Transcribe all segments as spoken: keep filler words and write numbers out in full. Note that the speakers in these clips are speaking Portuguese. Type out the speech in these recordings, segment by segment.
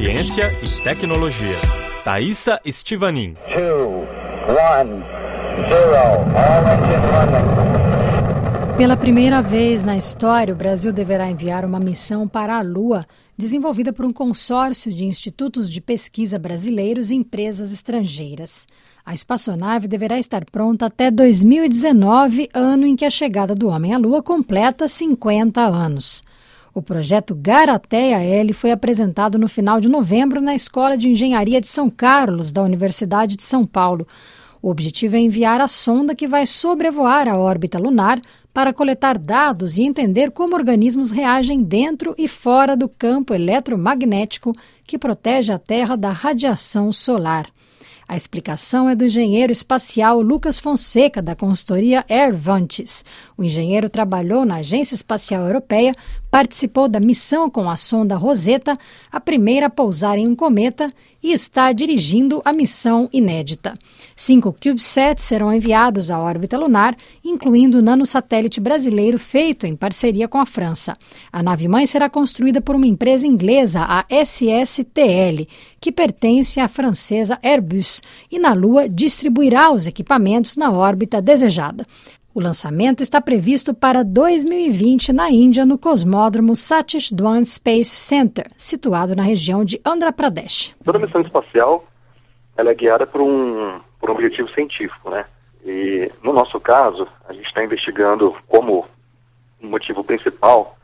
Ciência e tecnologia. Thaisa Estivanin. Two, one, zero. All engine running. Pela primeira vez na história, o Brasil deverá enviar uma missão para a Lua, desenvolvida por um consórcio de institutos de pesquisa brasileiros e empresas estrangeiras. A espaçonave deverá estar pronta até dois mil e dezenove, ano em que a chegada do homem à Lua completa cinquenta anos. O projeto Garateia-L foi apresentado no final de novembro na Escola de Engenharia de São Carlos, da Universidade de São Paulo. O objetivo é enviar a sonda que vai sobrevoar a órbita lunar para coletar dados e entender como organismos reagem dentro e fora do campo eletromagnético que protege a Terra da radiação solar. A explicação é do engenheiro espacial Lucas Fonseca, da consultoria Airvantes. O engenheiro trabalhou na Agência Espacial Europeia, participou da missão com a sonda Rosetta, a primeira a pousar em um cometa, e está dirigindo a missão inédita. Cinco CubeSats serão enviados à órbita lunar, incluindo o nanosatélite brasileiro feito em parceria com a França. A nave-mãe será construída por uma empresa inglesa, a S S T L, que pertence à francesa Airbus, e na Lua distribuirá os equipamentos na órbita desejada. O lançamento está previsto para dois mil e vinte na Índia, no cosmódromo Satish Dhawan Space Center, situado na região de Andhra Pradesh. Toda missão espacial ela é guiada por um, por um objetivo científico, né? E no nosso caso, a gente está investigando como motivo principal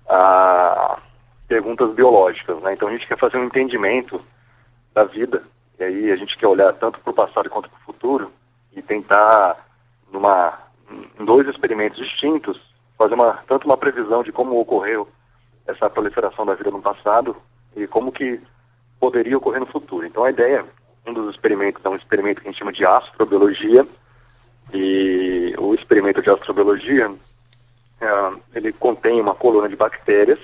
a perguntas biológicas, né? Então a gente quer fazer um entendimento da vida, e aí a gente quer olhar tanto para o passado quanto para o futuro e tentar, numa, em dois experimentos distintos, fazer uma, tanto uma previsão de como ocorreu essa proliferação da vida no passado e como que poderia ocorrer no futuro. Então a ideia, um dos experimentos é um experimento que a gente chama de astrobiologia, e o experimento de astrobiologia, é, ele contém uma coluna de bactérias,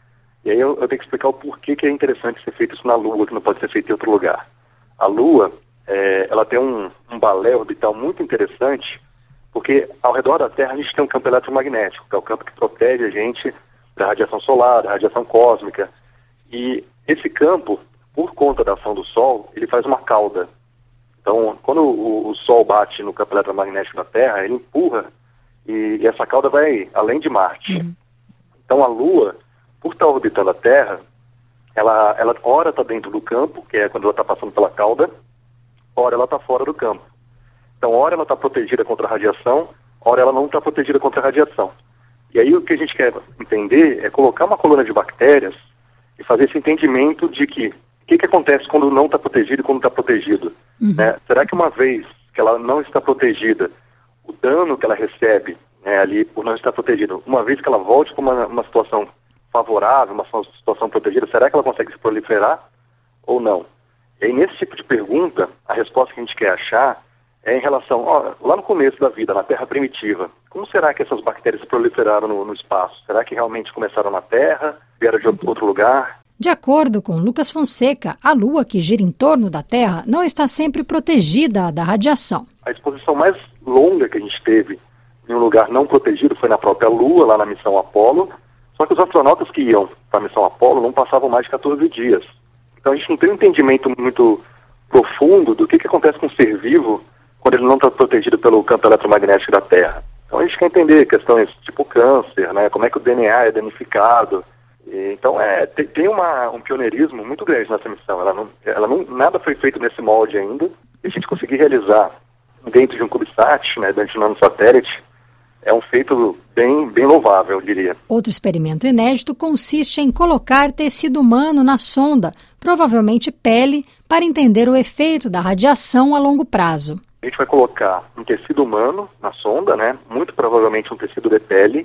e aí eu, eu tenho que explicar o porquê que é interessante ser feito isso na Lua, que não pode ser feito em outro lugar. A Lua, é, ela tem um, um balé orbital muito interessante, porque ao redor da Terra a gente tem um campo eletromagnético, que é o campo que protege a gente da radiação solar, da radiação cósmica, e esse campo, por conta da ação do Sol, ele faz uma cauda. Então, quando o, o Sol bate no campo eletromagnético da Terra, ele empurra, e, e essa cauda vai além de Marte. Uhum. Então a Lua, por estar orbitando a Terra, ela, ela ora está dentro do campo, que é quando ela está passando pela cauda, ora ela está fora do campo. Então, ora ela está protegida contra a radiação, ora ela não está protegida contra a radiação. E aí o que a gente quer entender é colocar uma coluna de bactérias e fazer esse entendimento de que o que, que acontece quando não está protegido e quando está protegido. Uhum. Né? Será que uma vez que ela não está protegida, o dano que ela recebe, né, ali por não estar protegida, uma vez que ela volte para uma, uma situação favorável, uma situação protegida, será que ela consegue se proliferar ou não? E aí, nesse tipo de pergunta, a resposta que a gente quer achar é em relação, ó, lá no começo da vida, na Terra primitiva, como será que essas bactérias se proliferaram no, no espaço? Será que realmente começaram na Terra, vieram de outro lugar? De acordo com Lucas Fonseca, a Lua, que gira em torno da Terra, não está sempre protegida da radiação. A exposição mais longa que a gente teve em um lugar não protegido foi na própria Lua, lá na missão Apollo. Só que os astronautas que iam para a missão Apollo não passavam mais de quatorze dias. Então a gente não tem um entendimento muito profundo do que, que acontece com o ser vivo quando ele não está protegido pelo campo eletromagnético da Terra. Então a gente quer entender questões tipo câncer, né, como é que o D N A é danificado. E, então é, tem, tem uma, um pioneirismo muito grande nessa missão. Ela não, ela não, nada foi feito nesse molde ainda. E a gente conseguir realizar dentro de um CubeSat, né, dentro de um nanosatélite, é um feito bem, bem louvável, eu diria. Outro experimento inédito consiste em colocar tecido humano na sonda, provavelmente pele, para entender o efeito da radiação a longo prazo. A gente vai colocar um tecido humano na sonda, né, muito provavelmente um tecido de pele,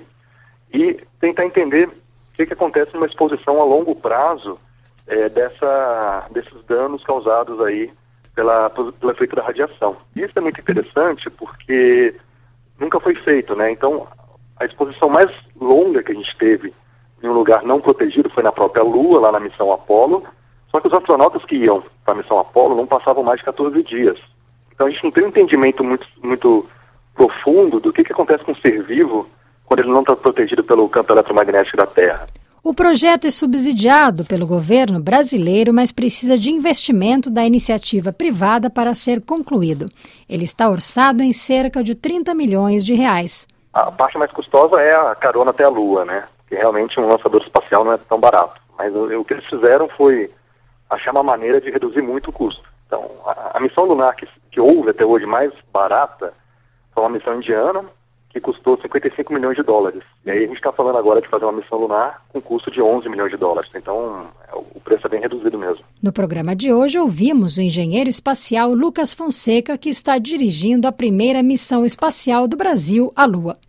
e tentar entender o que, que acontece numa exposição a longo prazo é, dessa, desses danos causados aí pela, pelo efeito da radiação. Isso é muito interessante porque nunca foi feito, né? Então, a exposição mais longa que a gente teve em um lugar não protegido foi na própria Lua, lá na missão Apollo. Só que os astronautas que iam para a missão Apollo não passavam mais de quatorze dias. Então, a gente não tem um entendimento muito, muito profundo do que, que acontece com o ser vivo quando ele não está protegido pelo campo eletromagnético da Terra. O projeto é subsidiado pelo governo brasileiro, mas precisa de investimento da iniciativa privada para ser concluído. Ele está orçado em cerca de trinta milhões de reais. A parte mais custosa é a carona até a Lua, né? Porque realmente um lançador espacial não é tão barato. Mas o, o que eles fizeram foi achar uma maneira de reduzir muito o custo. Então, a, a missão lunar que, que houve até hoje mais barata foi uma missão indiana, que custou cinquenta e cinco milhões de dólares. E aí a gente está falando agora de fazer uma missão lunar com custo de onze milhões de dólares. Então, o preço é bem reduzido mesmo. No programa de hoje, ouvimos o engenheiro espacial Lucas Fonseca, que está dirigindo a primeira missão espacial do Brasil à Lua.